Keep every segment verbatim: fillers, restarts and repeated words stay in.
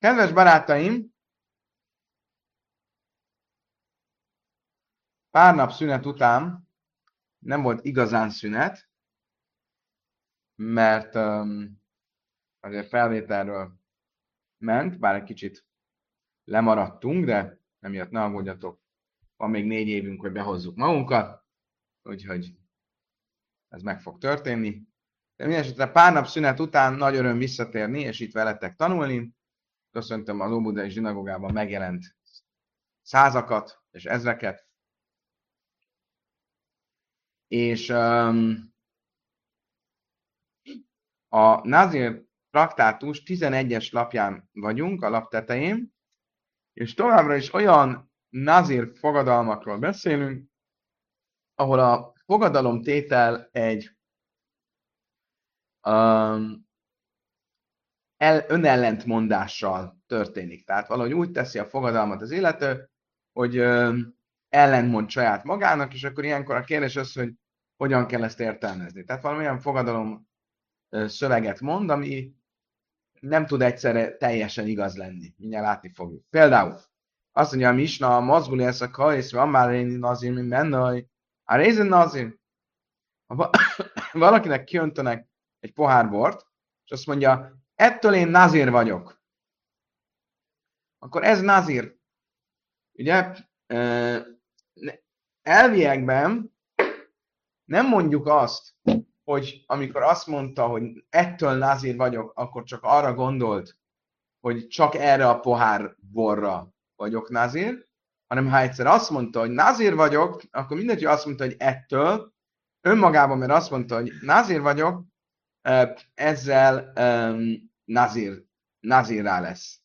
Kedves barátaim, pár nap szünet után nem volt igazán szünet, mert um, azért felvételről ment, bár egy kicsit lemaradtunk, de emiatt ne aggódjatok, van még négy évünk, hogy behozzuk magunkat, úgyhogy ez meg fog történni. De mindenesetre pár nap szünet után nagy öröm visszatérni, és itt veletek tanulni. Köszöntöm az Óbudai zsinagógában megjelent százakat és ezreket. És um, a Nazir traktátus tizenegyes lapján vagyunk, a lap tetején, és továbbra is olyan Nazir fogadalmakról beszélünk, ahol a fogadalomtétel egy um, el, önellentmondással történik. Tehát valahogy úgy teszi a fogadalmat az illető, hogy um, ellentmond saját magának, és akkor ilyenkor a kérdés az, hogy hogyan kell ezt értelmezni. Tehát valamilyen fogadalom szöveget mond, ami nem tud egyszerre teljesen igaz lenni. Mindjárt látni fogjuk. Például azt mondja a Misna, a mozguli ezt a kajsz, van már én nazir, mint mennaj, a rézen nazir. Ha valakinek kiöntönek egy pohár bort, és azt mondja, ettől én nazir vagyok, akkor ez nazir. Ugye, elviekben nem mondjuk azt, hogy amikor azt mondta, hogy ettől nazir vagyok, akkor csak arra gondolt, hogy csak erre a pohár borra vagyok nazir, hanem ha egyszer azt mondta, hogy nazir vagyok, akkor mindegy, hogy azt mondta, hogy ettől, önmagában, mert azt mondta, hogy nazir vagyok, ezzel um, nazir, nazirrá lesz.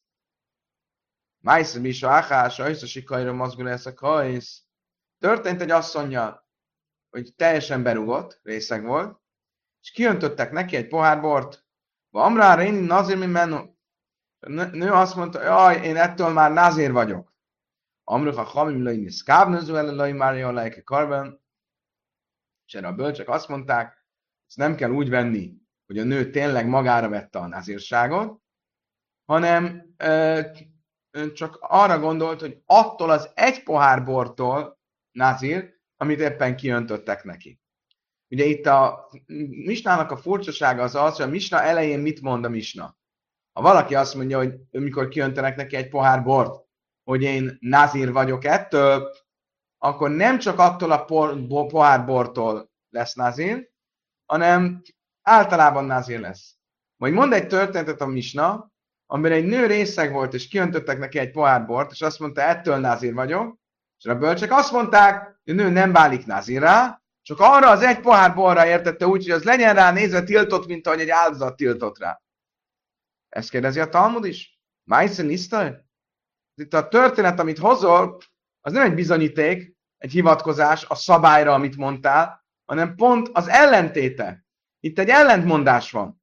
Májsz Bisa Áhás, Ajsza Sikajra mozgul ez a kajsz. Történt egy asszonnyal, hogy teljesen berugott, részeg volt, és kiöntöttek neki egy pohár bort. Amrá, én nazir, mi menő. A nő azt mondta, jaj, én ettől már nazir vagyok. Amruha hamim löjni szkávnöző ellen löjni már jól lejke karben. És erre a bölcsek azt mondták, ezt nem kell úgy venni, hogy a nő tényleg magára vette a nazírságot, hanem ö, csak arra gondolt, hogy attól az egy pohár bortól nazir, amit éppen kiöntöttek neki. Ugye itt a misnának a furcsasága az az, hogy a misna elején mit mond a misna. Ha valaki azt mondja, hogy mikor kiöntenek neki egy pohár bort, hogy én nazir vagyok ettől, akkor nem csak attól a por, bo, pohár bortól lesz nazir, hanem általában nazir lesz. Vagy mond egy történetet a misna, amiben egy nő részeg volt, és kiöntöttek neki egy pohár bort, és azt mondta, ettől nazir vagyok, és a bölcsek azt mondták, hogy a nő nem válik nazirrá, csak arra az egy pohár borra értette úgy, hogy az legyen rá nézve tiltott, mint ahogy egy áldozat tiltott rá. Ezt kérdezi a Talmud is. Májszen isztaj? Itt a történet, amit hozol, az nem egy bizonyíték, egy hivatkozás a szabályra, amit mondtál, hanem pont az ellentéte. Itt egy ellentmondás van.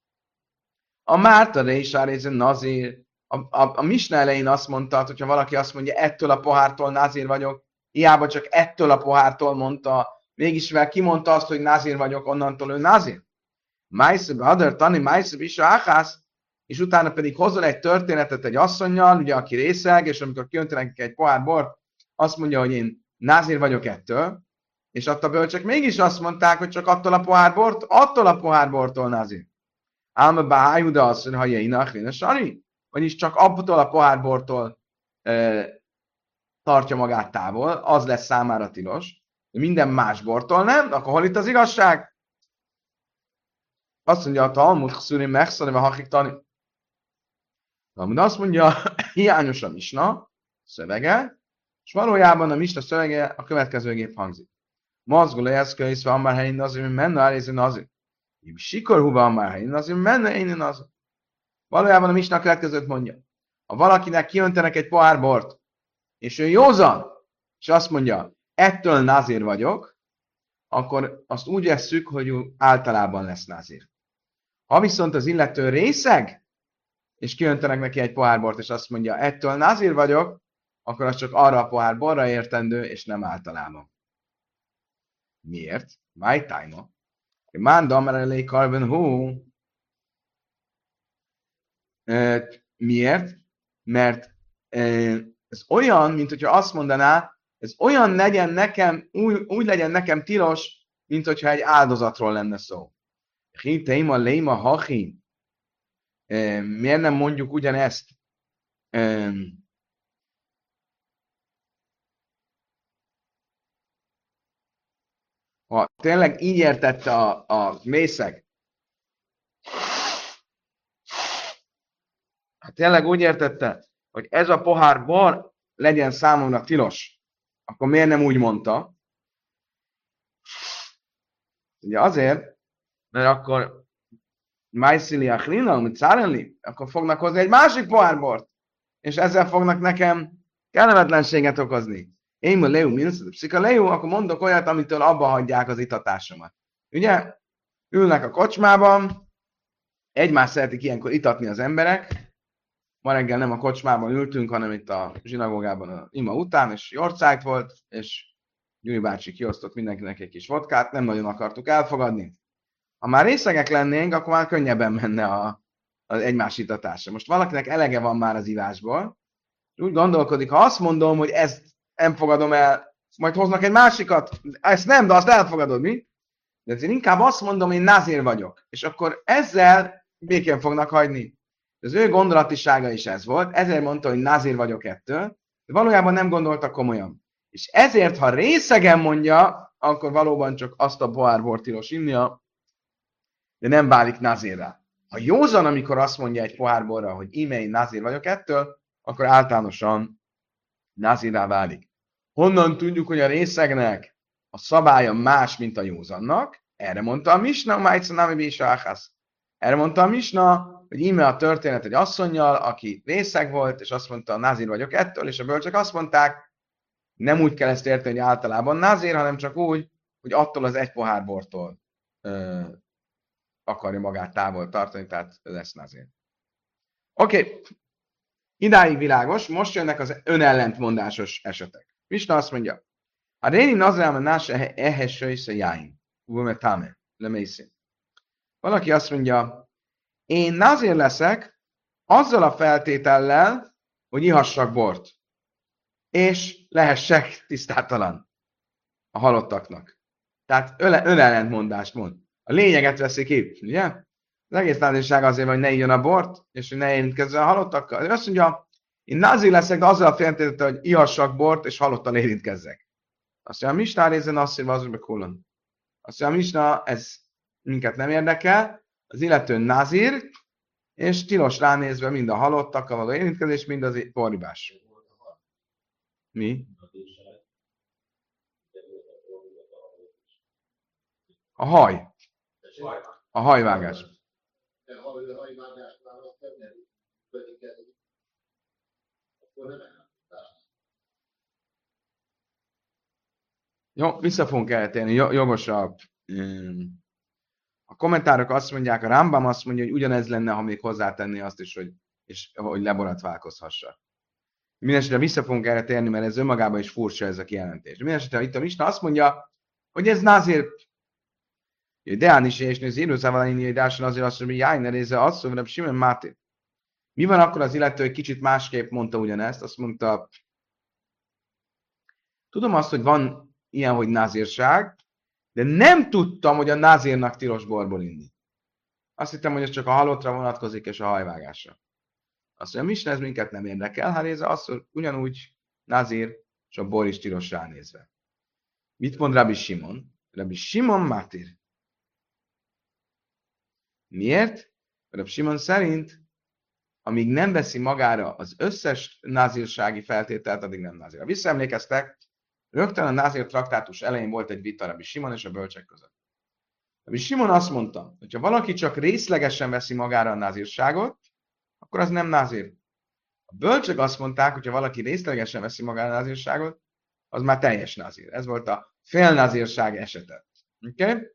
A Márta Résárézen nazir, a, a, a Misna elején azt mondta, hogyha valaki azt mondja, ettől a pohártól nazir vagyok, hiába csak ettől a pohártól mondta, mégis mivel kimondta azt, hogy nazir vagyok, onnantól ő nazir. Májszeb, Adar Tani, Májszeb is Áhász, és utána pedig hozol egy történetet egy asszonnyal, ugye, aki részeg, és amikor kiöntenek egy pohár bort, azt mondja, hogy én nazir vagyok ettől, és attól a bölcsek mégis azt mondták, hogy csak attól a pohár bort, attól a pohár bortól nazir. Álma bájúda azt mondja, ha jainak, én a sari, vagyis csak attól a pohár bortól e, tartja magát távol, az lesz számára tilos, de minden más bortól nem, akkor hol itt az igazság? Azt mondja a Talmud, Szuri Mechszani, vagy Hakik Tani. Talmud azt mondja, hiányos a misna szövege, és valójában a misna szövege a következőgép hangzik. Mazgul eszkölysz van már helyén azért, mint menne árézni azért. Sikorhú van már helyén azért, menne én azért. Valójában a misna a következőt mondja. Ha valakinek kiöntenek egy pohár bort, és ő józan, és azt mondja, ettől nazir vagyok, akkor azt úgy esszük, hogy általában lesz nazir. Ha viszont az illető részeg, és kiöntenek neki egy pohár bort, és azt mondja, ettől nazir vagyok, akkor az csak arra a pohár borra értendő, és nem általában. Miért? My time. Mánda, mert elég karben hú. Miért? mert ez olyan, mint hogyha azt mondaná, ez olyan legyen nekem, úgy, úgy legyen nekem tilos, mint hogyha egy áldozatról lenne szó. Hiteima leima hachi. Miért nem mondjuk ugyanezt? Ha tényleg így értette a, a mészeg, ha tényleg úgy értette, hogy ez a pohár bor legyen számomra tilos, akkor miért nem úgy mondta? Ugye azért, mert akkor Májszili Achlina, amit Szárenli, akkor fognak hozni egy másik pohárbort, és ezzel fognak nekem kellemetlenséget okozni. Én ma Leu, minus a pszika Leu, akkor mondok olyat, amitől abba hagyják az itatásomat. Ugye? Ülnek a kocsmában, egymást szeretik ilyenkor itatni az emberek. Ma reggel nem a kocsmában ültünk, hanem itt a zsinagógában a ima után, és jorcájt volt, és Gyuri bácsi kiosztott mindenkinek egy kis vodkát, nem nagyon akartuk elfogadni. Ha már részegek lennénk, akkor már könnyebben menne a, az egymás itatásra. Most valakinek elege van már az ivásból, és úgy gondolkodik, ha azt mondom, hogy ezt nem fogadom el, majd hoznak egy másikat, ezt nem, de azt elfogadod, mi? De ezért inkább azt mondom, én názér vagyok. És akkor ezzel békén fognak hagyni. Az ő gondolatisága is ez volt, ezért mondta, hogy názér vagyok ettől, de valójában nem gondolta komolyan. És ezért, ha részegen mondja, akkor valóban csak azt a pohár tilos innia, de nem válik názérrá. Ha józan, amikor azt mondja egy pohárborra, hogy íme én názér vagyok ettől, akkor általánosan názérrá válik. Honnan tudjuk, hogy a részegnek a szabálya más, mint a józannak? Erre mondta a Misna, Májcanami Bísáhász. Erre mondta a Misna, hogy íme a történet egy asszonnyal, aki részeg volt, és azt mondta, názír vagyok ettől, és a bölcsek azt mondták, nem úgy kell ezt érteni, hogy általában názír, hanem csak úgy, hogy attól az egy pohár bortól ö, akarja magát távol tartani, tehát lesz názír. Oké, okay. Idáig világos, most jönnek az önellentmondásos esetek. Misna azt mondja, a réni nazrám a nása ehhez söjsze jáin, uvemetame, lemészén. Valaki azt mondja, én názér leszek azzal a feltétellel, hogy ihassak bort, és lehessek tisztátalan a halottaknak. Tehát önellentmondást mond. A lényeget veszi ki, ugye? Az egész názírság azért, hogy ne igyon a bort, és hogy ne érintkezzen a halottakkal. Ő azt mondja, én názír leszek, de azzal a feltétellel, hogy ihassak bort, és halottal érintkezzek. Azt mondja, a Misna részen azt mondja, az bekulon. Azt mondja, a Misna, ez minket nem érdekel, az illető názír, és tilos ránézve mind a halottakkal való érintkezés, mind az porribás. Mi? A haj. A hajvágás. Jó, vissza fogunk eltérni, jogosabb. A kommentárok azt mondják, a Rambam azt mondja, hogy ugyanez lenne, ha még hozzátenné azt is, hogy, és, hogy leborotválkozhassa. Mindenesetre vissza fogunk erre térni, mert ez önmagában is furcsa ez a kijelentés. Mindenesetre itt a Misna azt mondja, hogy ez názér, Deán is és néz Jeruzsálem inni, hogy Dáson azért azt mondja, hogy jáj, ne nézze azt, hogy Simon Máté. Mi van akkor az illető, hogy kicsit másképp mondta ugyanezt? Azt mondta, tudom azt, hogy van ilyen, hogy názírság, de nem tudtam, hogy a názírnak tilos borból inni. Azt hittem, hogy ez csak a halottra vonatkozik, és a hajvágásra. Azt mondja, a Misna ez minket nem érdekel, ha nézze azt, hogy ugyanúgy názír, és a bor is tilos ránézve. Mit mond Rabbi Simon? Rabbi Simon Mátér. Miért? Rabbi Simon szerint, amíg nem veszi magára az összes názírsági feltételt, addig nem názír. Ha visszaemlékeztek, rögtön a názír traktátus elején volt egy vita Rabbi Simon és a bölcsek között. Rabbi Simon azt mondta, hogy ha valaki csak részlegesen veszi magára a názírságot, akkor az nem názír. A bölcsek azt mondták, hogy ha valaki részlegesen veszi magára a názírságot, az már teljes názír. Ez volt a félnázírság esete. Oké? Okay?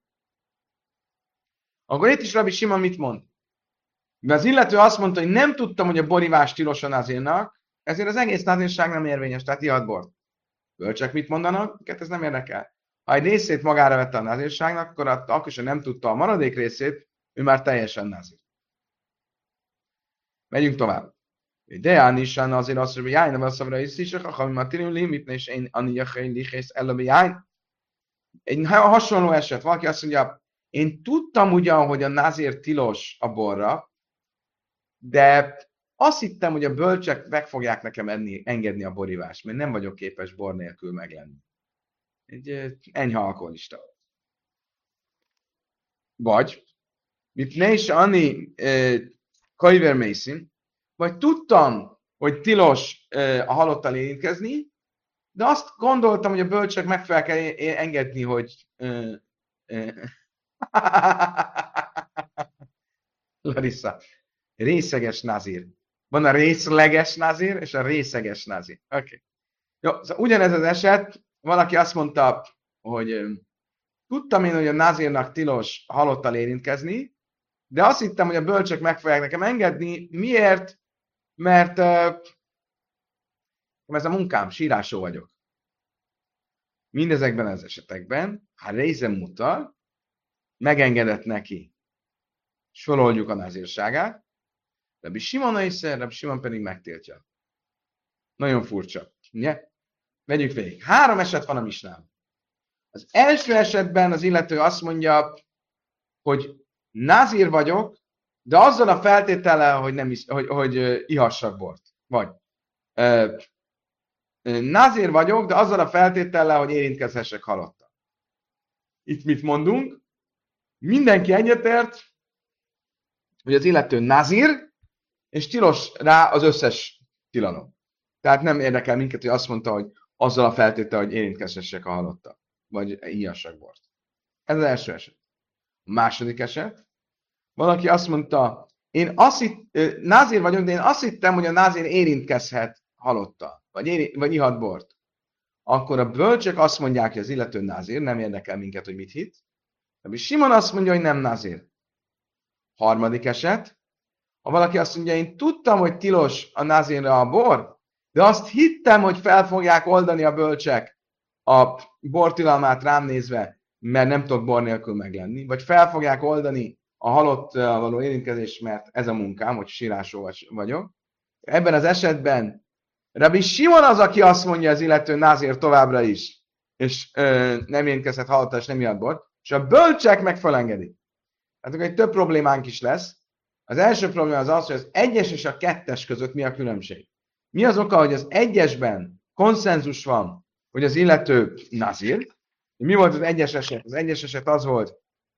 Akkor itt is Rabbi Simon mit mond? De az illető azt mondta, hogy nem tudtam, hogy a borivás tilos a názírnak, ezért az egész názírság nem érvényes, tehát ihat bort. Bölcsek mit mondanak? Őket ez nem érdekel. Ha egy részét magára vette a názírságnak, akkor akkor sem nem tudta a maradék részét, ő már teljesen názír. Megyünk tovább. De Anisán azért azt mondja, hogy jájna vasszavra is is, ha már tényleg limitne, és én aniachai lihész ellebi jájn. Egy hasonló eset, valaki azt mondja, én tudtam ugyan, hogy a názér tilos a borra, de azt hittem, hogy a bölcsek meg fogják nekem enni, engedni a borívást, mert nem vagyok képes bor nélkül meglenni. Egy eh, enyhe alkoholista. Vagy, mit ne is Ani Kajver Mason, vagy tudtam, hogy tilos eh, a halottal érintkezni, de azt gondoltam, hogy a bölcsek meg fel kell engedni, hogy eh, eh, Larissa, részeges nazír. Van a részleges nazír, és a részeges nazír. Oké. Okay. Jó, szóval ugyanez az eset, valaki azt mondta, hogy ö, tudtam én, hogy a nazírnak tilos halottal érintkezni, de azt hittem, hogy a bölcsök meg fogják nekem engedni. Miért? Mert ö, ez a munkám, sírásó vagyok. Mindezekben az esetekben, ha részem mutal, megengedett neki, soroljuk a nazírságát, Rabbi Simon észre, Rabbi Simon pedig megtiltja. Nagyon furcsa. Ugye? Vegyük végig. Három eset van a misnában. Az első esetben az illető azt mondja, hogy nazír vagyok, de azzal a feltétellel, hogy, nem is, hogy, hogy uh, ihassak bort. Vagy uh, nazír vagyok, de azzal a feltétellel, hogy érintkezhessek halottal. Itt mit mondunk? Mindenki egyetért, hogy az illető nazír, és tilos rá az összes tilalom. Tehát nem érdekel minket, hogy azt mondta, hogy azzal a feltétel, hogy érintkezhessek a halottal. Vagy íjassak bort. Ez az első eset. A második eset. Valaki azt mondta, én azt hitt, názír vagyok, de én azt hittem, hogy a názír érintkezhet halottal. Vagy, éri, vagy ihat bort. Akkor a bölcsök azt mondják, hogy az illető názír, nem érdekel minket, hogy mit hitt. De Simon azt mondja, hogy nem názír. Harmadik eset. Ha valaki azt mondja, én tudtam, hogy tilos a názírra a bor, de azt hittem, hogy fel fogják oldani a bölcsek a bortilalmát rám nézve, mert nem tudok bor nélkül meglenni, vagy fel fogják oldani a halott való érintkezést, mert ez a munkám, hogy sírásó vagyok. Ebben az esetben Rabbi Simon az, aki azt mondja az illető názír továbbra is, és ö, nem érintkezhet halottal, és nem ihat bort, és a bölcsek meg felengedik. Hát akkor egy több problémánk is lesz. Az első probléma az az, hogy az egyes és a kettes között mi a különbség. Mi az oka, hogy az egyesben konszenzus van, hogy az illető nazír. Mi volt az egyes eset? Az egyes eset az volt,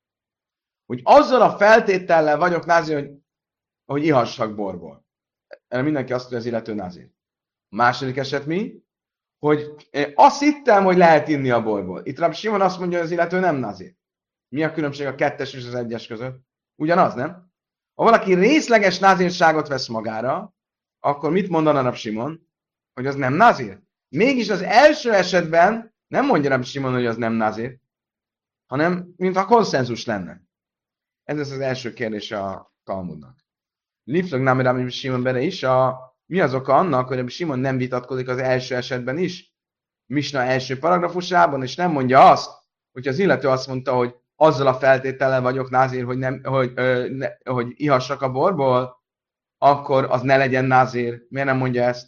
hogy azzal a feltétellel vagyok nazír, hogy, hogy ihassak borból. Erre mindenki azt mondja, az illető nazír. A második eset mi? Hogy azt hittem, hogy lehet inni a borból. Itt Rabbi Simon azt mondja, hogy az illető nem nazír. Mi a különbség a kettes és az egyes között? Ugyanaz, nem? Ha valaki részleges názírságot vesz magára, akkor mit mondana Rabbi Simon? Hogy az nem nazír. Mégis az első esetben nem mondja Rabbi Simon, hogy az nem nazír, hanem mintha konszenzus lenne. Ez az az első kérdés a Talmudnak. Liflog nem Rabbi Simon bele is, a, mi az oka annak, hogy Rabbi Simon nem vitatkozik az első esetben is, Misna első paragrafusában, és nem mondja azt, hogy az illető azt mondta, hogy azzal a feltétellel vagyok názír, hogy, nem, hogy, ö, ne, hogy ihassak a borból, akkor az ne legyen názír. Miért nem mondja ezt?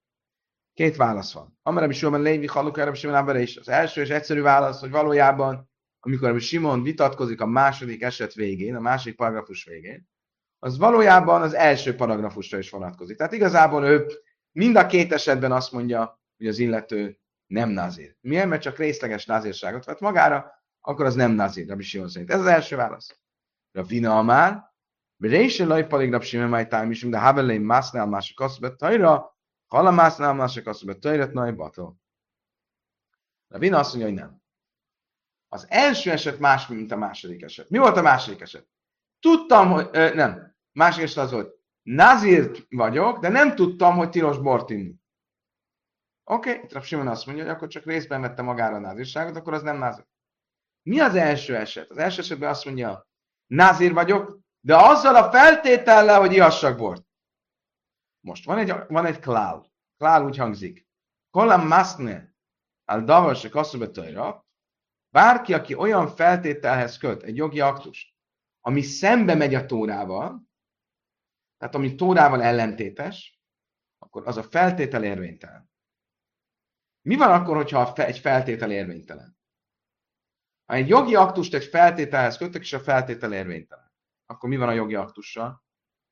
Két válasz van. Amerem is jobban Lévi Haluk, Rabbi Simon Ábere is. Az első és egyszerű válasz, hogy valójában, amikor Rabbi Simon vitatkozik a második eset végén, a második paragrafus végén, az valójában az első paragrafusra is vonatkozik. Tehát igazából ő mind a két esetben azt mondja, hogy az illető nem názír. Miért? Mert csak részleges názírságot vett magára, akkor az nem nazír, Rabbi Simon szerint. Ez az első válasz. Ravina Amár, Berése laj pedig Rabbi Simon máj tájmisum, de haveleim másznál mások asszobet tajra, hala másznál mások asszobet tajret nagy bató. Ravina azt mondja, hogy nem. Az első eset más, mint a második eset. Mi volt a második eset? Tudtam, hogy... Ö, nem. Másik eset az volt. Nazír vagyok, de nem tudtam, hogy tilos bort inni. Oké, okay. Rabbi Simon azt mondja, hogy akkor csak részben vette magára a názírságot, akkor az nem názír. Mi az első eset? Az első esetben azt mondja, názír vagyok, de azzal a feltétellel, hogy ihassak bort. Most van egy, van egy klál. Klál úgy hangzik. Kolam maszne al davar se kasszubetőjra. Bárki, aki olyan feltételhez köt egy jogi aktus, ami szembe megy a Tórával, tehát ami Tórával ellentétes, akkor az a feltétel érvénytelen. Mi van akkor, hogyha egy feltétel érvénytelen? Ha egy jogi aktust egy feltételhez kötök, és a feltétel érvénytelen, akkor mi van a jogi aktussal?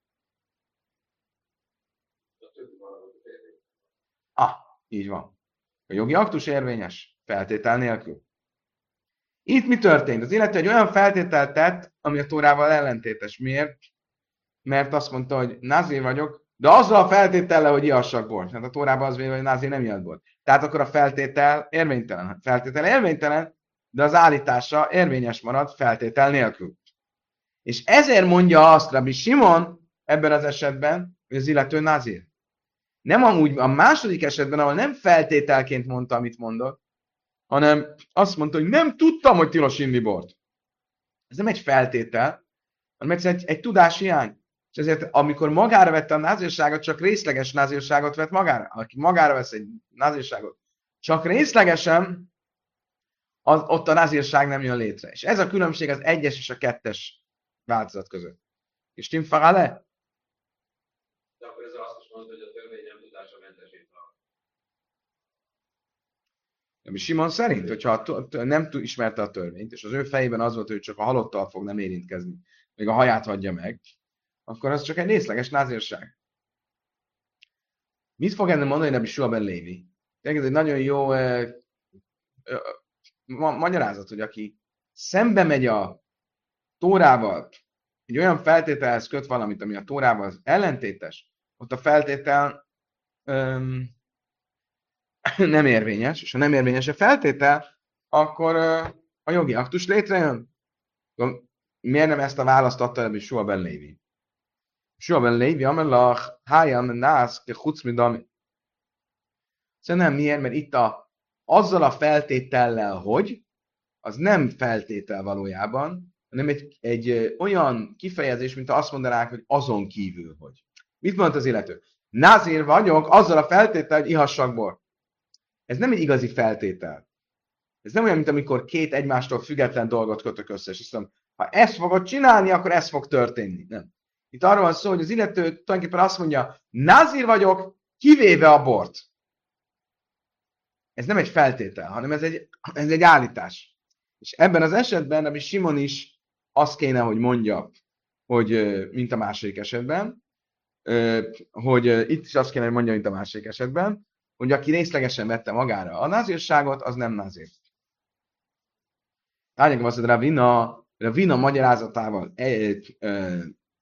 Ah, így van. A jogi aktus érvényes, feltétel nélkül. Itt mi történt? Az illető egy olyan feltételt tett, ami a Tórával ellentétes. Miért? Mert azt mondta, hogy nazír vagyok, de azzal a feltétellel, hogy ihassak bort. Hát a Tórában az véle, hogy nazír nem ihat bort. Tehát akkor a feltétel érvénytelen. A feltétel érvénytelen, de az állítása érvényes marad feltétel nélkül. És ezért mondja azt Rabbi Simon ebben az esetben, hogy az illető nazír. Nem amúgy a második esetben, ahol nem feltételként mondta, amit mondott, hanem azt mondta, hogy nem tudtam, hogy tilos inni bort. Ez nem egy feltétel, hanem egyszerűen egy, egy tudáshiány. És ezért, amikor magára vette a názírságot, csak részleges názírságot vett magára. Aki magára vesz egy názírságot, csak részlegesen, az, ott a názírság nem jön létre. És ez a különbség az egyes és a kettes változat között. És Tim Farale? De akkor ez azt is mondta, hogy a törvény nem tudása mentesít a... Ami Simon szerint, hogyha nem ismerte a törvényt, és az ő fejében az volt, hogy csak a halottal fog nem érintkezni, még a haját hagyja meg, akkor az csak egy részleges názírság. Mit fog ennek mondani Rabbi Shua ben Lévi? Ez egy nagyon jó eh, eh, ma- magyarázat, hogy aki szembe megy a Tórával, egy olyan feltételhez köt valamit, ami a Tórával ellentétes, ott a feltétel um, nem érvényes, és ha nem érvényes a feltétel, akkor uh, a jogi aktus létrejön. Miért nem ezt a választ adta Rabbi Shua ben Lévi? Shua ben Lévi, amelach, hájan, nász, ke chuc midami. Szóval nem miért, mert itt a, azzal a feltétellel, hogy, az nem feltétel valójában, hanem egy, egy olyan kifejezés, mint azt mondanák, hogy azon kívül, hogy. Mit mondta az illető? Názír vagyok, azzal a feltétel, hogy ihassak bort. Ez nem egy igazi feltétel. Ez nem olyan, mint amikor két egymástól független dolgot kötök össze, és azt mondom, ha ezt fogod csinálni, akkor ez fog történni. Nem. Itt arról van szó, hogy az illető tulajdonképpen azt mondja, názír vagyok, kivéve a bort. Ez nem egy feltétel, hanem ez egy, ez egy állítás. És ebben az esetben, ami Simon is azt kéne, hogy mondja, hogy mint a második esetben, hogy itt is azt kéne, hogy mondja, mint a második esetben, hogy aki részlegesen vette magára a názírságot, az nem názír. Lányegem azt, hogy Ravina, Ravina magyarázatával egy ö,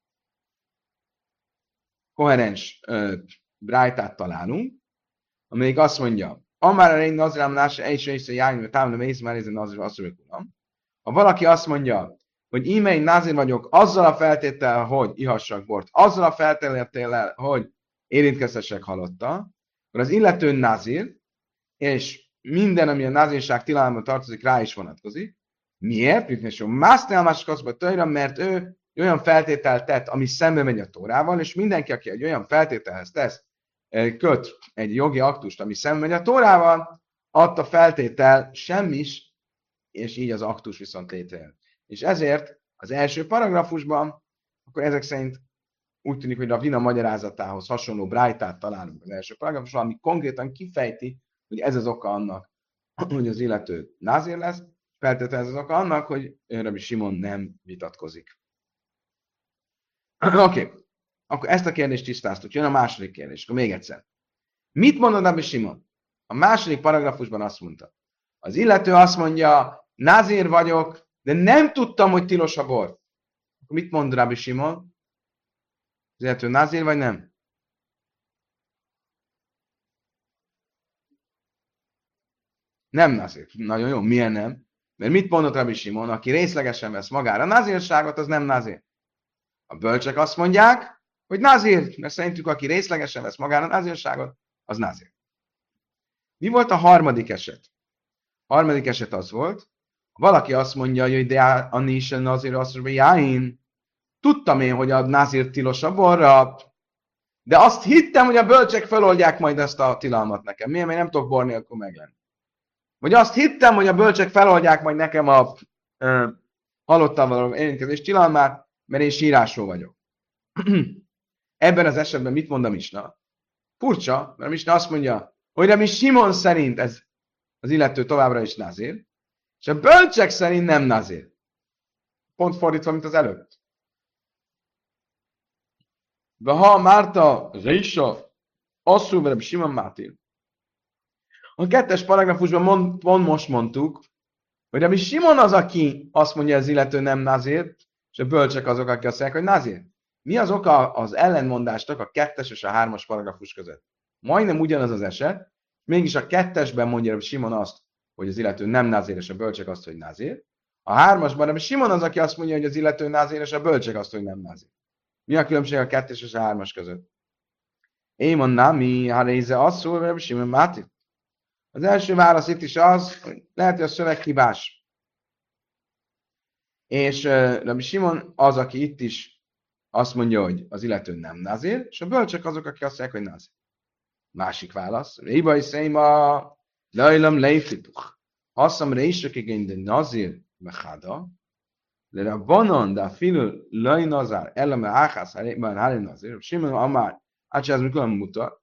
koherens ö, brájtát találunk, amelyik azt mondja, Amára én nazirám nása és és járni, támadom ész már ez a nazir asszonykulam. Ha valaki azt mondja, hogy íme én názir vagyok, azzal a feltéttel, hogy ihassak bort, azzal a feltétellel, hogy érintkezhessek halotta, akkor az illető názir, és minden, ami a názírság tilalmába tartozik, rá is vonatkozik. Miért? Mert ő olyan feltételt tett, ami szembe megy a Tórával, és mindenki, aki egy olyan feltételhez tesz, köt egy jogi aktust, ami szembe megy a Tórával, adta feltétel semmis, és így az aktus viszont létrejön. És ezért az első paragrafusban, akkor ezek szerint úgy tűnik, hogy a Vina magyarázatához hasonló brájtát találunk az első paragrafusban, ami konkrétan kifejti, hogy ez az oka annak, hogy az illető názír lesz, feltétlenül ez az oka annak, hogy Rabbi Simon nem vitatkozik. Oké, okay. Akkor ezt a kérdést tisztáztuk. Jön a második kérdés. Akkor még egyszer. Mit mondod Rabbi Simon? A második paragrafusban azt mondta. Az illető azt mondja, názír vagyok, de nem tudtam, hogy tilos a bor. Akkor mit mond Rabbi Simon? Az illető názír vagy nem? Nem názír. Nagyon jó. Milyen nem? Mert mit mondott Rabbi Simon? Aki részlegesen vesz magára názírságot, az nem názír. A bölcsek azt mondják, hogy názír, mert szerintük, aki részlegesen vesz magára názírságot, az názír. Mi volt a harmadik eset? A harmadik eset az volt, valaki azt mondja, hogy de Anni is a názír azt mondja, jáin, tudtam én, hogy a názír tilos a borra, de azt hittem, hogy a bölcsek feloldják majd ezt a tilalmat nekem. Miért? Mert nem tudok bor nélkül meglenni. Vagy azt hittem, hogy a bölcsek feloldják majd nekem a uh, halottal való érintkezés tilalmát, mert én sírásról vagyok. Ebben az esetben mit mond a Misna? Furcsa, mert Misna azt mondja, hogy Rabbi Simon szerint ez az illető továbbra is nazír, és a bölcsek szerint nem nazír. Pont fordítva, mint az előtt. De ha Márta Résa, asszul Rabbi Simon Mátil. A kettes paragrafusban mond, pont most mondtuk, hogy Rabbi Simon az, aki azt mondja, az illető nem nazír, és a bölcsek azok, akik azt mondják, hogy nazír. Mi az oka az ellenmondásnak a kettes és a hármas paragrafus között? Majdnem ugyanaz az eset, mégis a kettesben mondja Rabbi Simon azt, hogy az illető nem nazír, és a bölcsek azt, hogy nazír. A hármasban Rabbi Simon az, aki azt mondja, hogy az illető nazír, és a bölcsek azt, hogy nem nazír. Mi a különbség a kettes és a hármas között? Én mondnám, mi ha része asszul, Rabbi Simon Máti. Az első válasz itt is az, hogy lehet, hogy a szöveg hibás. És uh, Rabbi Simon az, aki itt is azt mondja, hogy az illető nem nazír, és a bölcsek azok, akik azt mondják, hogy nazír. Másik válasz. Rébai széma, lejlem lejfituch. Hasszam résök igény, de nazír mechada. Le rabbanon, de filu lej nazár, eleme áhász, hárében hári nazír. Simon amár, átse ez mikor mutat.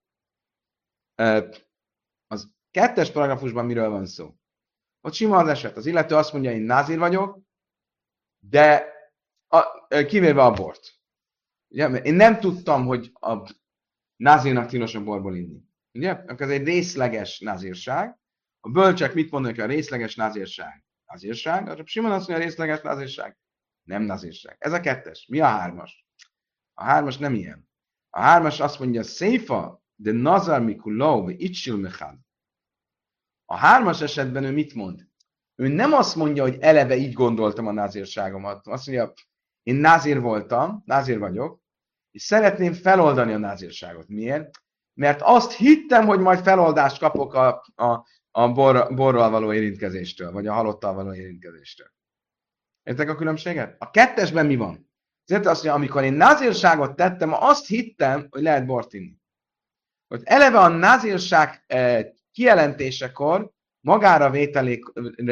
Az kettes paragrafusban miről van szó? Ott sima az eset. Az illető azt mondja, én nazír vagyok, de a, kivéve a bort. Ugye? Én nem tudtam, hogy a nazírnak tilos a borból inni. Ugye? Akkor ez egy részleges nazírság. A bölcsek mit mondanak, hogy a részleges nazírság? Nazírság. A Simon azt mondja, a részleges nazírság. Nem nazírság. Ez a kettes. Mi a hármas? A hármas nem ilyen. A hármas azt mondja, széfa, de nazar mikuló, vagy itsil mechad. A hármas esetben ő mit mond? Ő nem azt mondja, hogy eleve így gondoltam a nazírságomat. Azt mondja, én nazír voltam, nazír vagyok, és szeretném feloldani a nazírságot. Miért? Mert azt hittem, hogy majd feloldást kapok a, a, a bor, borral való érintkezéstől, vagy a halottal való érintkezéstől. Értek a különbséget? A kettesben mi van? Ezért azt mondja, amikor én nazírságot tettem, azt hittem, hogy lehet bort inni. Hogy eleve a nazírság eh, kijelentésekor magára vételék...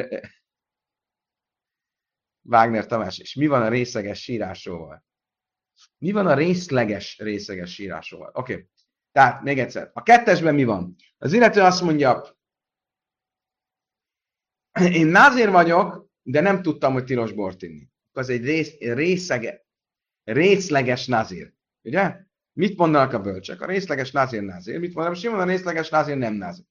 Wagner Tamás, és mi van a részleges sírásóval? Mi van a részleges részleges sírásóval? Oké. Okay. Tehát, még egyszer. A kettesben mi van? Az illető azt mondja, én nazír vagyok, de nem tudtam, hogy tilos bort inni. Az egy rész, részege, részleges nazír. Ugye? Mit mondanak a bölcsek? A részleges nazír nazír. Mit mondanak? Simon a részleges nazír nem nazír.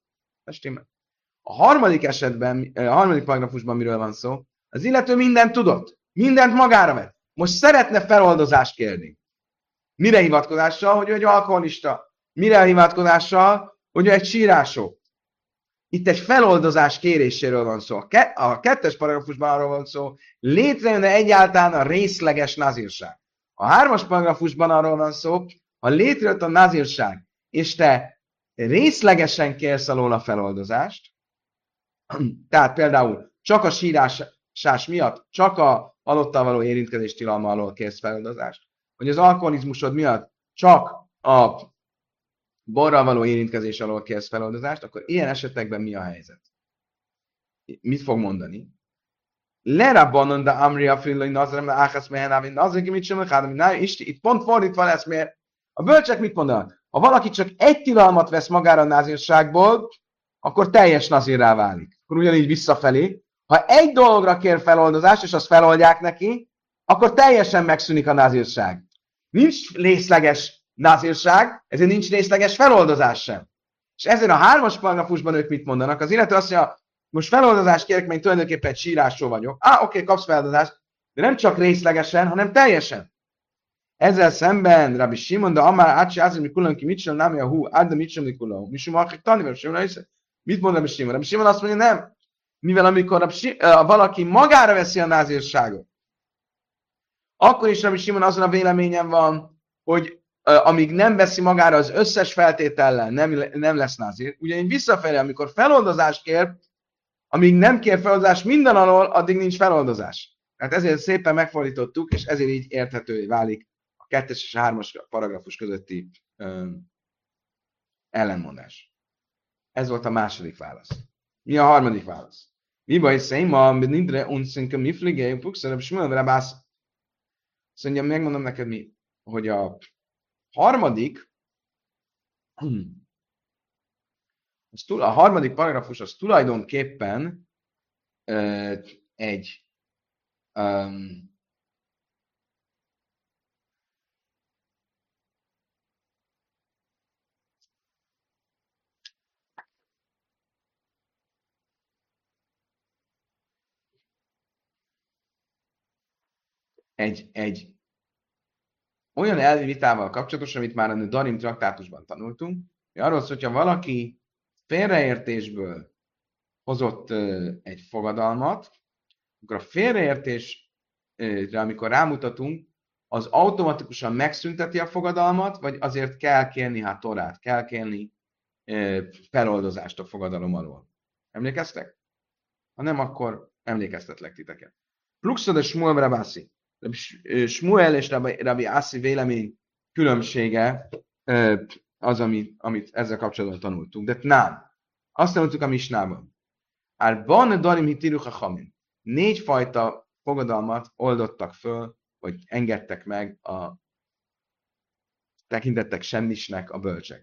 A harmadik esetben, a harmadik paragrafusban miről van szó? Az illető mindent tudott. Mindent magára vett. Most szeretne feloldozást kérni. Mire hivatkozással? Hogy ő egy alkoholista. Mire hivatkozással? Hogy ő egy sírásó. Itt egy feloldozás kéréséről van szó. A kettes paragrafusban arról van szó, létrejön egyáltalán a részleges nazírság. A hármas paragrafusban arról van szó, ha létrejött a nazírság, és te részlegesen kérsz alól a feloldozást, tehát például csak a sírásás miatt, csak a halottal való érintkezés tilalma alól kérsz feloldozást, vagy az alkoholizmusod miatt csak a borral való érintkezés alól kérsz feloldozást, akkor ilyen esetekben mi a helyzet? Mit fog mondani? Lerabbanon da amria fillai nazarem áhász mehenávin nazarem mit sem hát, itt pont fordítva lesz, mert a bölcsek mit mondanak? Ha valaki csak egy tilalmat vesz magára a nazírságból, akkor teljes nazírrá válik. Akkor ugyanígy visszafelé. Ha egy dologra kér feloldozást, és azt feloldják neki, akkor teljesen megszűnik a nazírság. Nincs részleges nazírság, ezért nincs részleges feloldozás sem. És ezért a hármas paragrafusban ők mit mondanak? Az illető azt mondja, most feloldozást kérek, mert tulajdonképpen egy sírásó vagyok. Á, oké, okay, kapsz feloldozást, de nem csak részlegesen, hanem teljesen. Ezzel szemben Rabbi Simon, de amár átsi azért, mi külön ki mit sem, nem a hú, át de mit sem nikuló. Mi sem akik tanulni, sem mit mond Rabbi Simon? Rabbi Simon azt mondja, nem. Mivel amikor Rabbi, uh, valaki magára veszi a názírságot, akkor is Rabbi Simon azon a véleményen van, hogy uh, amíg nem veszi magára az összes feltétellel, nem, nem lesz názír. Ugyanígy visszafelé, amikor feloldozást kér, amíg nem kér feloldozást minden alól, addig nincs feloldozás. Tehát ezért szépen megfordítottuk, és ezért így érthetővé válik a kettes és a hármas paragrafus közötti ö, ellenmondás. Ez volt a második válasz. Mi a harmadik válasz? Mi baj széma, nidre unszinke miflige, puxerebb smölvere bász. Azt mondja, megmondom neked mi, hogy a harmadik Az túl, a harmadik paragrafus az tulajdonképpen ö, egy um, egy, egy olyan elvi vitával kapcsolatos, amit már a Darim traktátusban tanultunk, hogy arról szól, hogyha valaki félreértésből hozott ö, egy fogadalmat, akkor a félreértésre, amikor rámutatunk, az automatikusan megszünteti a fogadalmat, vagy azért kell kérni hát torát, kell kérni ö, feloldozást a fogadalom alól. Emlékeztek? Ha nem, akkor emlékeztetlek titeket. Pluxod a Shmuel Rabászi. Shmuel és Rabbi Assi vélemény különbsége ö, az, amit, amit ezzel kapcsolatban tanultunk. De nem. Azt tanultuk a Misnában. Árban darim hitiru chachamim. Négyfajta fogadalmat oldottak föl, vagy engedtek meg a tekintettek semmisnek a bölcsek.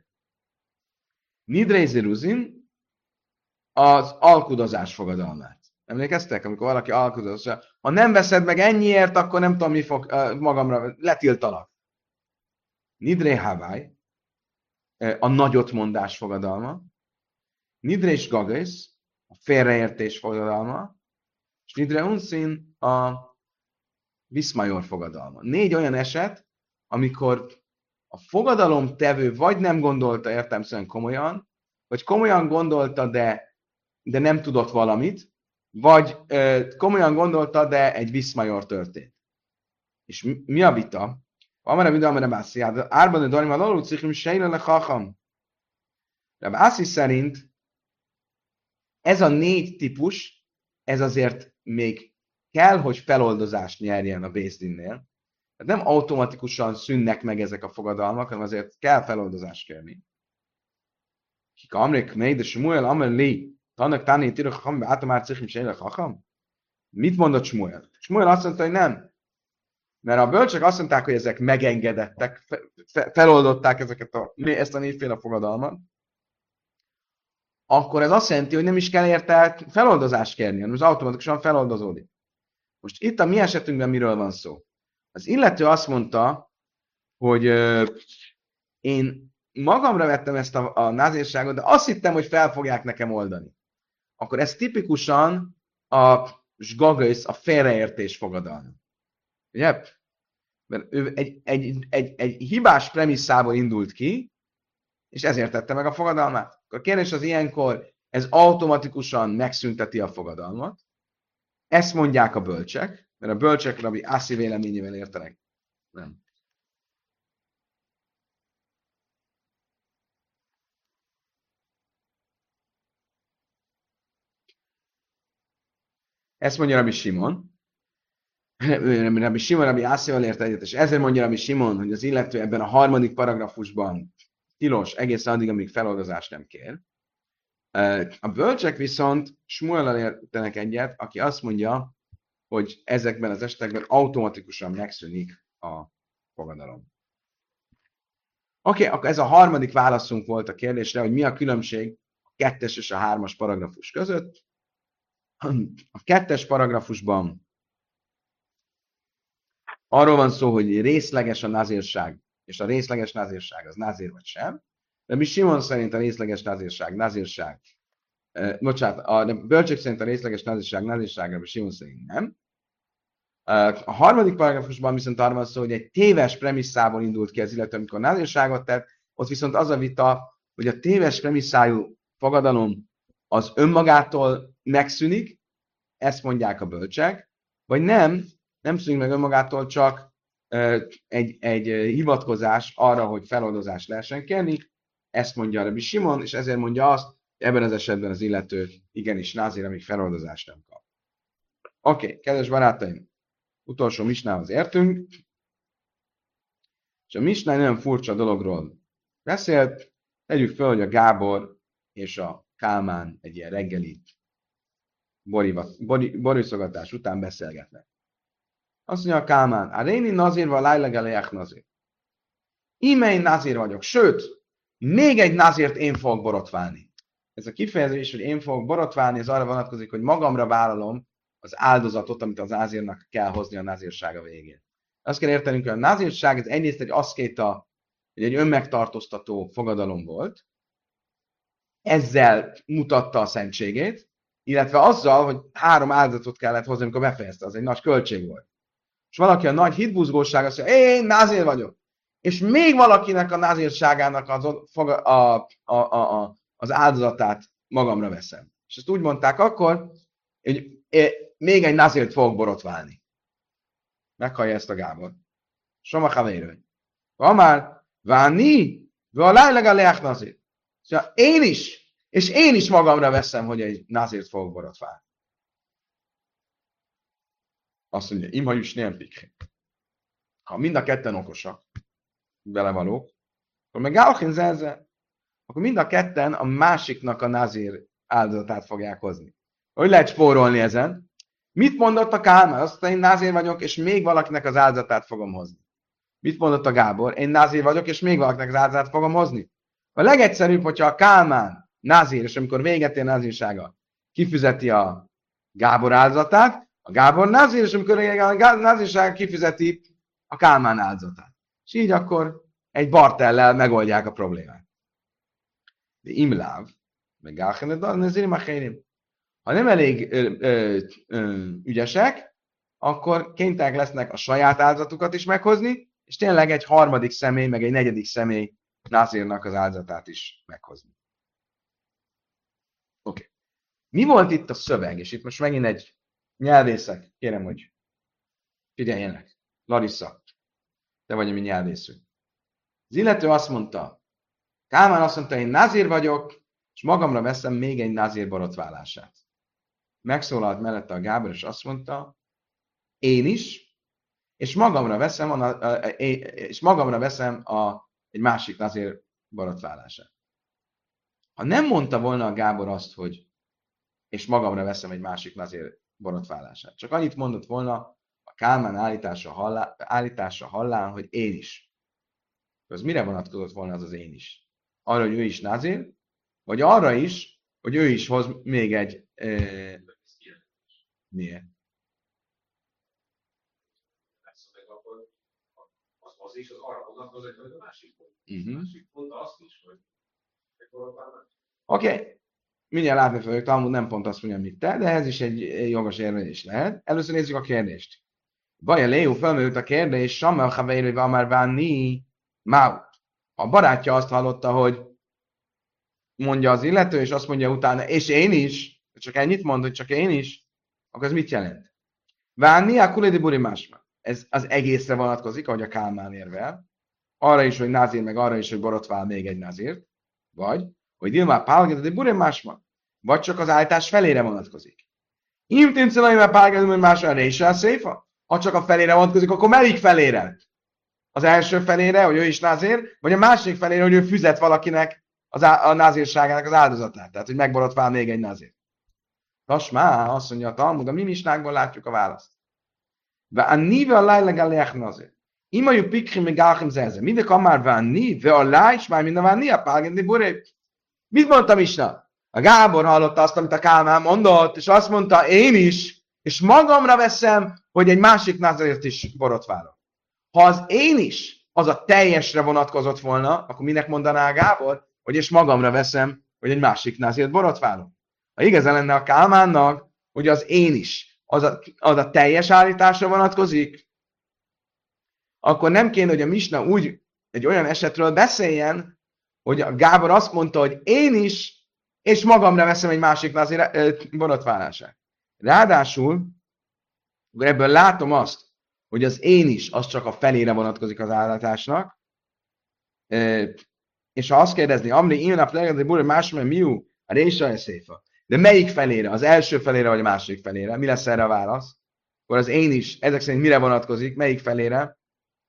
Nidrei ruzin az alkudozás fogadalmát. Emlékeztek, amikor valaki alkudoz, ha nem veszed meg ennyiért, akkor nem tudom, mi fog magamra, letiltalak. Nidrei havály, a nagyotmondás fogadalma. Nidrei gagész, a félreértés fogadalma, és Nidre Unszin a Viszmajor fogadalma. Négy olyan eset, amikor a fogadalom tevő vagy nem gondolta értelemszerűen komolyan, vagy komolyan gondolta, de, de nem tudott valamit, vagy ö, komolyan gondolta, de egy Viszmajor történt. És mi, mi a vita? Amara vida, amara bászi, árban a darim alul cichim sejle le chacham. De bászi szerint ez a négy típus, ez azért még kell, hogy feloldozást nyerjen a Bézdinnél. Tehát nem automatikusan szűnnek meg ezek a fogadalmak, hanem azért kell feloldozást kérni. Kika amrik mely, de Shmuel amel li, tannak tánni tírok hacham, beáta már cichim sejlek hacham? Mit mondott Shmuel? Shmuel azt mondta, hogy nem. Mert a bölcsek azt mondták, hogy ezek megengedettek, fe, fe, feloldották ezeket a, ezt a négyféle fogadalmat, akkor ez azt jelenti, hogy nem is kell érte feloldozást kérni, hanem az automatikusan feloldozódik. Most itt a mi esetünkben miről van szó? Az illető azt mondta, hogy ö, én magamra vettem ezt a, a názírságot, de azt hittem, hogy fel fogják nekem oldani. Akkor ez tipikusan a zsgagösz, a félreértés fogadalma. Ugye? Mert ő egy, egy, egy, egy hibás premisszából indult ki, és ezért tette meg a fogadalmát. A kérdés az ilyenkor, ez automatikusan megszünteti a fogadalmat. Ezt mondják a bölcsek, mert a bölcsek Rabbi Assi véleményével értenek. Nem. Ezt mondja Rabbi Simon. Rabbi Simon, Rabbi Asszival ért egyet, és ezért mondja Rabbi Simon, hogy az illető ebben a harmadik paragrafusban tilos egészen addig, amíg feloldozást nem kér. A bölcsek viszont Smuellel értenek egyet, aki azt mondja, hogy ezekben az esetekben automatikusan megszűnik a fogadalom. Oké, okay, akkor ez a harmadik válaszunk volt a kérdésre, hogy mi a különbség a kettes és a hármas paragrafus között. A kettes paragrafusban arról van szó, hogy részleges a názírság, és a részleges názírság az názír vagy sem. De mi Simon szerint a részleges názírság, názírság, eh, bocsánat, a bölcsek szerint a részleges názírság, názírságra, mi Simon szerint nem. A harmadik paragrafusban viszont arról van szó, hogy egy téves premisszából indult ki az illető, amikor názírságot tett, ott viszont az a vita, hogy a téves premisszájú fogadalom az önmagától megszűnik, ezt mondják a bölcsek, vagy nem, nem szűnik meg önmagától, csak egy, egy hivatkozás arra, hogy feloldozást lehessen kérni, ezt mondja Rabbi Simon, és ezért mondja azt, hogy ebben az esetben az illető igenis názír, amíg feloldozást nem kap. Oké, okay, kedves barátaim, utolsó misnához értünk, és a misná nagyon furcsa dologról beszélt, tegyük fel, hogy a Gábor és a Kálmán egy ilyen reggeli borúszogatás után beszélgetnek. Azt mondja a Kálmán, a réni nazír van lájlegelejek nazír. Íme én nazír vagyok, sőt, még egy nazírt én fogok borotválni. ez a kifejezés, hogy én fogok borotválni, ez arra vonatkozik, hogy magamra vállalom az áldozatot, amit az názírnak kell hozni a názírsága végén. Azt kell értenünk, hogy a názírság ez egyrészt egy aszkéta, egy önmegtartóztató fogadalom volt, ezzel mutatta a szentségét, illetve azzal, hogy három áldozatot kellett hozni, amikor befejezte, az egy nagy költség volt. És valaki a nagy hitbuzgóság azt mondja, én názír vagyok, és még valakinek a názírságának az, a, a, a, a, az áldozatát magamra veszem. És ezt úgy mondták akkor, hogy még egy názírt fogok borotválni. Meghallja ezt a Gábor. Soma havérő. Ha már vánni, a lájlega leák nazír. Szóval én is, és én is magamra veszem, hogy egy názírt fogok borotválni. Azt mondja, imhajus nem pikri. Ha mind a ketten okosak, belevalók, akkor meg Gálchin zerze, akkor mind a ketten a másiknak a názír áldozatát fogják hozni. Hogy lehet spórolni ezen? Mit mondott a Kálmán? Azt mondta, én názír vagyok, és még valakinek az áldozatát fogom hozni. Mit mondott a Gábor? Én názír vagyok, és még valakinek az áldozatát fogom hozni. A legegyszerűbb, hogyha a Kálmán názír, és amikor véget ér názírsága, kifizeti a Gábor áldozatát, a Gábor názír, és amikor a názírsága kifizeti a Kálmán áldozatát. És így akkor egy bartellel megoldják a problémát. De imláv, meg Gálchin, de názírim a hérim. Ha nem elég ö, ö, ö, ügyesek, akkor kénytelenek lesznek a saját áldozatukat is meghozni, és tényleg egy harmadik személy, meg egy negyedik személy názírnak az áldozatát is meghozni. Oké. Okay. Mi volt itt a szöveg? És itt most megint egy nyelvészek. Kérem, hogy figyeljenek. Larissa, te vagy a mi nyelvészünk. Az illető azt mondta, Kálmán azt mondta, én názír vagyok, és magamra veszem még egy názír borotválását. Megszólalt mellette a Gábor, és azt mondta, én is, és magamra veszem a, a, a, és magamra veszem a, egy másik názír borotválását. Ha nem mondta volna a Gábor azt, hogy és magamra veszem egy másik názír borotválását, csak annyit mondott volna a Kálmán állítása, hallá, állítása hallán, hogy én is. Az mire vonatkozott volna az az én is? Arra, hogy ő is názír, vagy arra is, hogy ő is hoz még egy... Eh, miért? Az is az arra vonatkozik, hogy a másik pont. Uh-huh. A másik pont azt is, hogy Oké. Okay. Mindjárt látni fogjuk, Talmud nem pont azt mondja, amit te, de ez is egy jogos érvelés lehet. Először nézzük a kérdést. Baja Léu felmerült a kérdés, Sammel Haveirőve Amár Vánni Máut. A barátja azt hallotta, hogy mondja az illető, és azt mondja utána, és én is, csak ennyit mond, hogy csak én is, akkor ez mit jelent? Vánni a kuledi buri másma. Ez az egészre vonatkozik, ahogy a Kálmán érvel. Arra is, hogy názír, meg arra is, hogy borotvál még egy názírt. Vagy, hogy Dilmá pálgedi buri másma. Vagy csak az állítás felére vonatkozik. Im tincelai már pálgedi buri másma, része a széfa? Ha csak a felére vonatkozik, akkor melyik felére? Az első felére, hogy ő is názír, vagy a másik felére, hogy ő füzet valakinek az á- a názírságának az áldozatát. Tehát, hogy megborotvál még egy názír. Tasmá, azt mondja a Talmud, a mi misnákból látjuk a választ. Vánni ve alá legalább názír. Imajú pikri meg Gálchin zerze. Mindek amár vánni, ve alá, és már mind a vánni, a pálgendi buré. Mit mondta misna? A Gábor hallotta azt, amit a Kálmán mondott, és azt mondta, én is, és magamra veszem, hogy egy másik názírt is borotválok. Ha az én is, az a teljesre vonatkozott volna, akkor minek mondaná a Gábor, hogy és magamra veszem, hogy egy másik názírt borotválok. Ha igazán lenne a Kálmánnak, hogy az én is, az a, az a teljes állításra vonatkozik, akkor nem kéne, hogy a misna úgy egy olyan esetről beszéljen, hogy a Gábor azt mondta, hogy én is, és magamra veszem egy másik názírt borotválását. Ráadásul, akkor ebből látom azt, hogy az én is, az csak a felére vonatkozik az állításnak, és ha azt kérdezni, Amri, én a plegadi buri másmely miú, a résa a széfa. De melyik felére? Az első felére, vagy a másik felére? Mi lesz erre a válasz? Akkor az én is, ezek szerint mire vonatkozik? Melyik felére?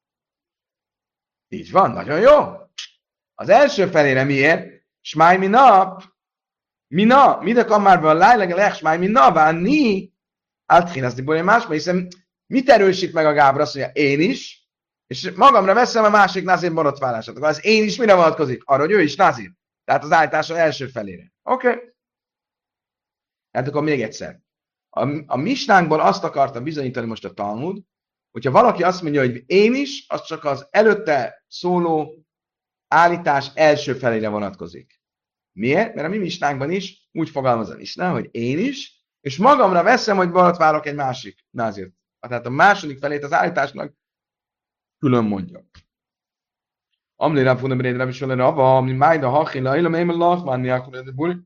Így van, nagyon jó. Az első felére miért? Smáj mi nap? Mi na? Midek amárban a lájleg a lech, smáj mi na? Vánni? Áltchínaszni buri másmely, hiszen mit erősít meg a Gábor? Azt mondja, én is, és magamra veszem a másik názír borotválását. Akkor az én is mire vonatkozik? Arra, hogy ő is názír. Tehát az állítása első felére. Oké. Okay. Hát akkor még egyszer. A, a misnánkból azt akarta bizonyítani most a Talmud, hogyha valaki azt mondja, hogy én is, az csak az előtte szóló állítás első felére vonatkozik. Miért? Mert a mi misnánkban is úgy fogalmaz a misna, hogy én is, és magamra veszem, hogy borotválok egy másik názért. Tehát a második felét az állításnak külön mondja. Amli rá fogom rédre, és vele rava, ami májda hachila, illam émel lachmánni, akkor ez a buli.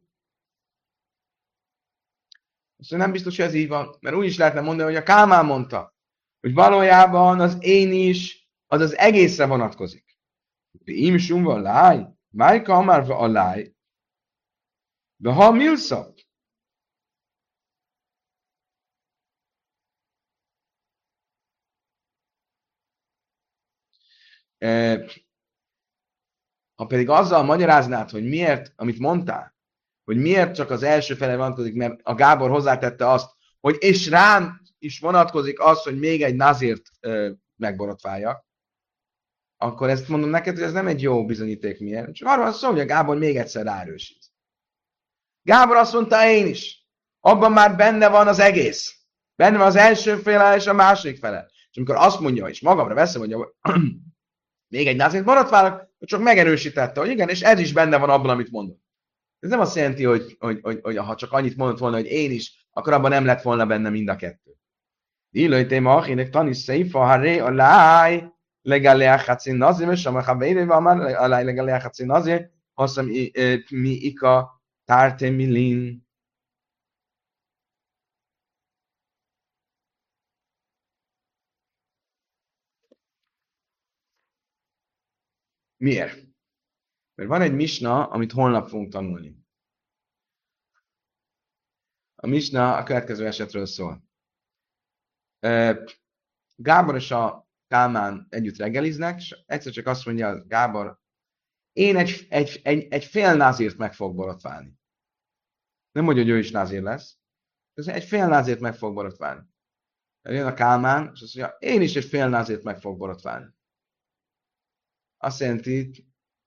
Azt nem biztos, hogy ez így van, mert úgy is lehetne mondani, hogy a Kálmán mondta, hogy valójában az én is, az az egészre vonatkozik. Im sumva láj, májka amárva a láj, de ha milszak, ha pedig azzal magyaráznád, hogy miért, amit mondtál, hogy miért csak az első fele vonatkozik, mert a Gábor hozzátette azt, hogy és rám is vonatkozik az, hogy még egy nazírt megborotváljak, akkor ezt mondom neked, hogy ez nem egy jó bizonyíték miért. Csak arról szó, hogy a Gábor még egyszer ráerősít. Gábor azt mondta, én is. Abban már benne van az egész. Benne van az első fele és a második fele. És amikor azt mondja, és magamra veszem, hogy még egy nazírt borotválok, csak megerősítette, hogy igen, és ez is benne van abban, amit mondott. Ez nem azt jelenti, hogy, hogy, hogy, hogy ha csak annyit mondott volna, hogy én is, akkor abban nem lett volna benne mind a kettő. Illai téma, akinek tanis széfa, ha ré a láj, legalább hatszín nazir, és a mechavéri van már, a láj legalább hatszín nazir, hosszam mi ika tárte milin. Miért? Mert van egy misna, amit holnap fogunk tanulni. A misna a következő esetről szól. Gábor és a Kálmán együtt reggeliznek, és egyszer csak azt mondja Gábor, én egy, egy, egy, egy fél názírt meg fog borotválni. Nem mondja, hogy ő is názír lesz, de egy fél názírt meg fog borotválni. Jön a Kálmán, és azt mondja, én is egy fél názírt meg fog borotválni. Azt jelenti,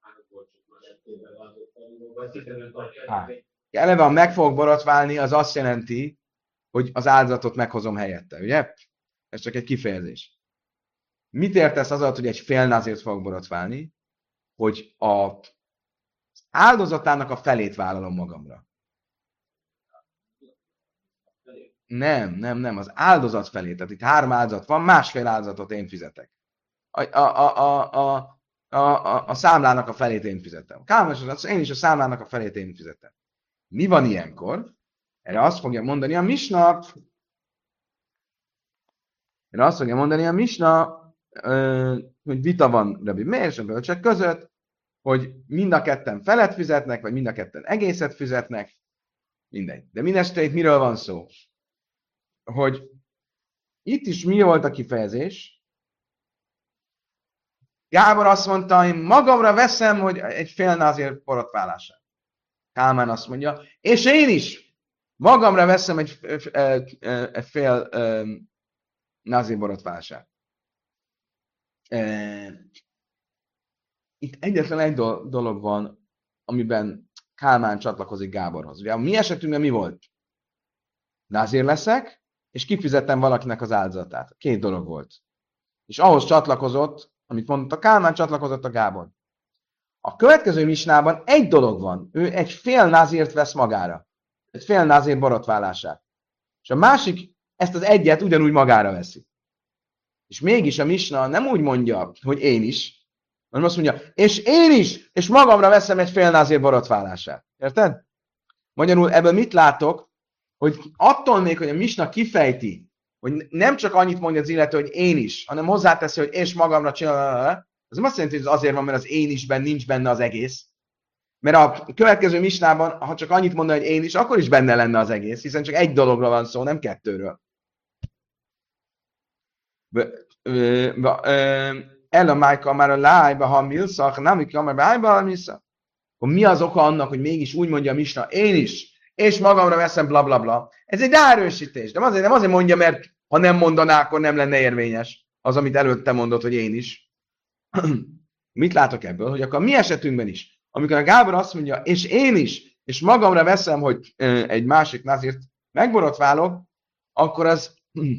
hát, eleve a meg fog borotválni, az azt jelenti, hogy az áldozatot meghozom helyette, ugye? Ez csak egy kifejezés. Mit értesz az alatt, hogy egy fél názírt fog borotválni? Hogy a áldozatának a felét vállalom magamra. Nem, nem, nem, az áldozat felét. Tehát itt három áldozat van, másfél áldozatot én fizetek. A, a, a, a, a, a, a, a számlának a felét én fizetem. Kálmán az, én is a számlának a felét én fizetem. Mi van ilyenkor? Erre azt fogja mondani a misna, erre azt fogja mondani a misna, hogy vita van Rabbi Meir és a bölcsek között, hogy mind a ketten felet fizetnek, vagy mind a ketten egészet fizetnek, mindegy. De mindeste itt miről van szó? Hogy itt is mi volt a kifejezés? Gábor azt mondta, én magamra veszem, hogy egy fél názír borotválását. Kálmán azt mondja, és én is magamra veszem egy, egy fél názír borotválását. Itt egyetlen egy dolog van, amiben Kálmán csatlakozik Gáborhoz. Ugye a mi esetünkben mi volt? Názír leszek, és kifizettem valakinek az áldozatát. Két dolog volt. És ahhoz csatlakozott, amit mondott a Kálmán, csatlakozott a Gábor. A következő misnában egy dolog van. Ő egy fél názírt vesz magára. Egy fél názír borotválását. És a másik ezt az egyet ugyanúgy magára veszi. És mégis a misna nem úgy mondja, hogy én is, hanem azt mondja, és én is, és magamra veszem egy fél názír borotválását. Érted? Magyarul ebből mit látok? Hogy attól még, hogy a misna kifejti, hogy nem csak annyit mondja az illető, hogy én is, hanem hozzáteszi, hogy és magamra csinál, az nem azt jelenti, hogy ez azért van, mert az én isben nincs benne az egész. Mert a következő misnában, ha csak annyit mondja, hogy én is, akkor is benne lenne az egész, hiszen csak egy dologról van szó, nem kettőről. Ella májka már a lájba, ha milszak, nem ikja már bájba, milszak. Akkor mi az oka annak, hogy mégis úgy mondja a misna, én is, és magamra veszem, bla bla bla. Ez egy ráerősítés. De azért nem azért mondja, mert ha nem mondaná, akkor nem lenne érvényes az, amit előtte mondott, hogy én is. Mit látok ebből? Hogy akkor mi esetünkben is amikor a Gábor azt mondja, és én is, és magamra veszem, hogy egy másik nazírt megborotválok, akkor az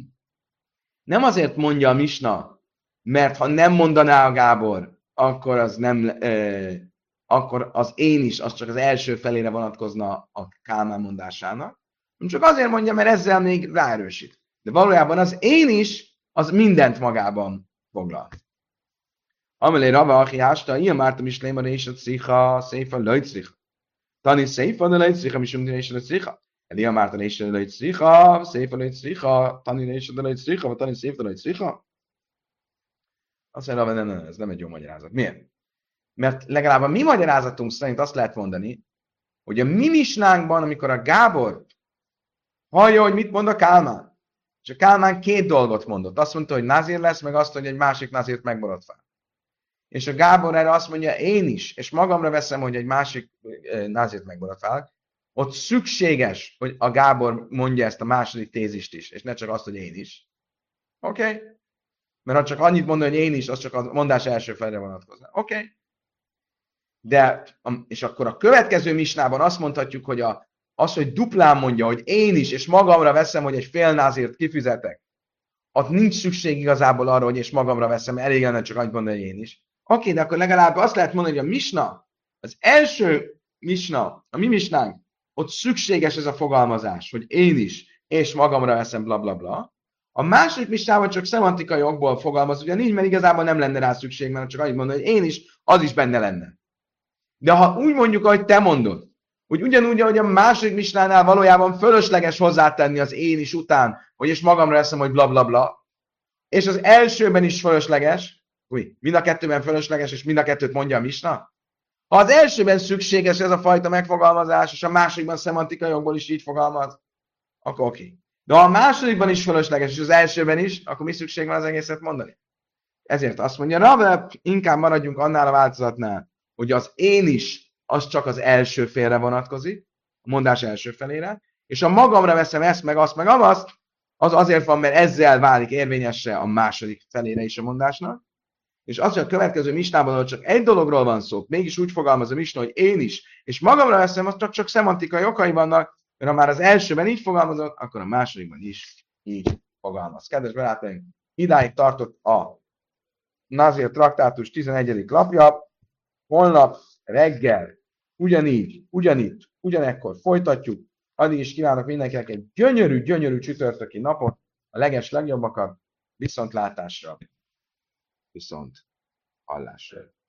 nem azért mondja a Misna, mert ha nem mondaná a Gábor, akkor az nem, eh, akkor az én is, az csak az első felére vonatkozna a Kálmán mondásának. Csak azért mondja, mert ezzel még ráerősít. De valójában az én is, az mindent magában foglal. Amelé Rava Achi Hásta, ilyen mártam is lémar és a cicha, széfa lőjcicha. Tani széfa, de lőjcicha, mi sem és a cicha. Ilyen mártam és a lőjcicha, széfa lőjcicha, tani és a lőjcicha, vagy tani széfa lőjcicha. Azt mondja, nem, nem, nem, ez nem egy jó magyarázat. Miért? Mert legalább a mi magyarázatunk szerint azt lehet mondani, hogy a mi misnánkban, amikor a Gábor hallja, hogy mit mond a Kálmán, és a Kálmán két dolgot mondott. Azt mondta, hogy nazír lesz, meg azt, hogy egy másik nazírt megborotvál. És a Gábor erre azt mondja, én is, és magamra veszem, hogy egy másik nazírt megborotválok. Ott szükséges, hogy a Gábor mondja ezt a második tézist is, és ne csak azt, hogy én is. Oké? Okay? Mert ha csak annyit mondja, hogy én is, az csak a mondás első felre vonatkozna. Oké? Okay? De, és akkor a következő misnában azt mondhatjuk, hogy a, az, hogy duplán mondja, hogy én is, és magamra veszem, hogy egy fél názért kifizetek, ott nincs szükség igazából arra, hogy és magamra veszem, elég lenne csak annyit mondani, hogy én is. Oké, okay, de akkor legalább azt lehet mondani, hogy a misna, az első misna, a mi misnánk, ott szükséges ez a fogalmazás, hogy én is, és magamra veszem, bla bla bla. A második misnában csak szemantikai okból fogalmaz, ugye nincs, mert igazából nem lenne rá szükség, mert csak annyit mondani, hogy én is, az is benne lenne. De ha úgy mondjuk, ahogy te mondod, hogy ugyanúgy, ahogy a második misnánál valójában fölösleges hozzátenni az én is után, hogy és magamra eszem, hogy bla bla bla, és az elsőben is fölösleges, új, mind a kettőben fölösleges, és mind a kettőt mondja a misna. Ha az elsőben szükséges ez a fajta megfogalmazás, és a másodikban szemantikai jogból is így fogalmaz, akkor oké. Okay. De ha a másodikban is fölösleges, és az elsőben is, akkor mi szükség van az egészet mondani? Ezért azt mondja, Rave, inkább maradjunk annál a változatnál, hogy az én is, az csak az első félre vonatkozik, a mondás első felére, és a magamra veszem ezt, meg azt, meg amazt, az azért van, mert ezzel válik érvényesse a második felére is a mondásnak, és az, hogy a következő misnában, hogy csak egy dologról van szó, mégis úgy fogalmaz a misna, hogy én is, és magamra veszem, az csak, csak szemantikai okai vannak, mert ha már az elsőben így fogalmazott, akkor a másodikban is így fogalmaz. Kedves barátaim, idáig tartott a Nazir traktátus tizenegyedik lapja, holnap reggel ugyanígy, ugyanitt, ugyanekkor folytatjuk. Addig is kívánok mindenkinek egy gyönyörű, gyönyörű csütörtöki napot, a leges legjobbakat, viszontlátásra, viszont hallásra.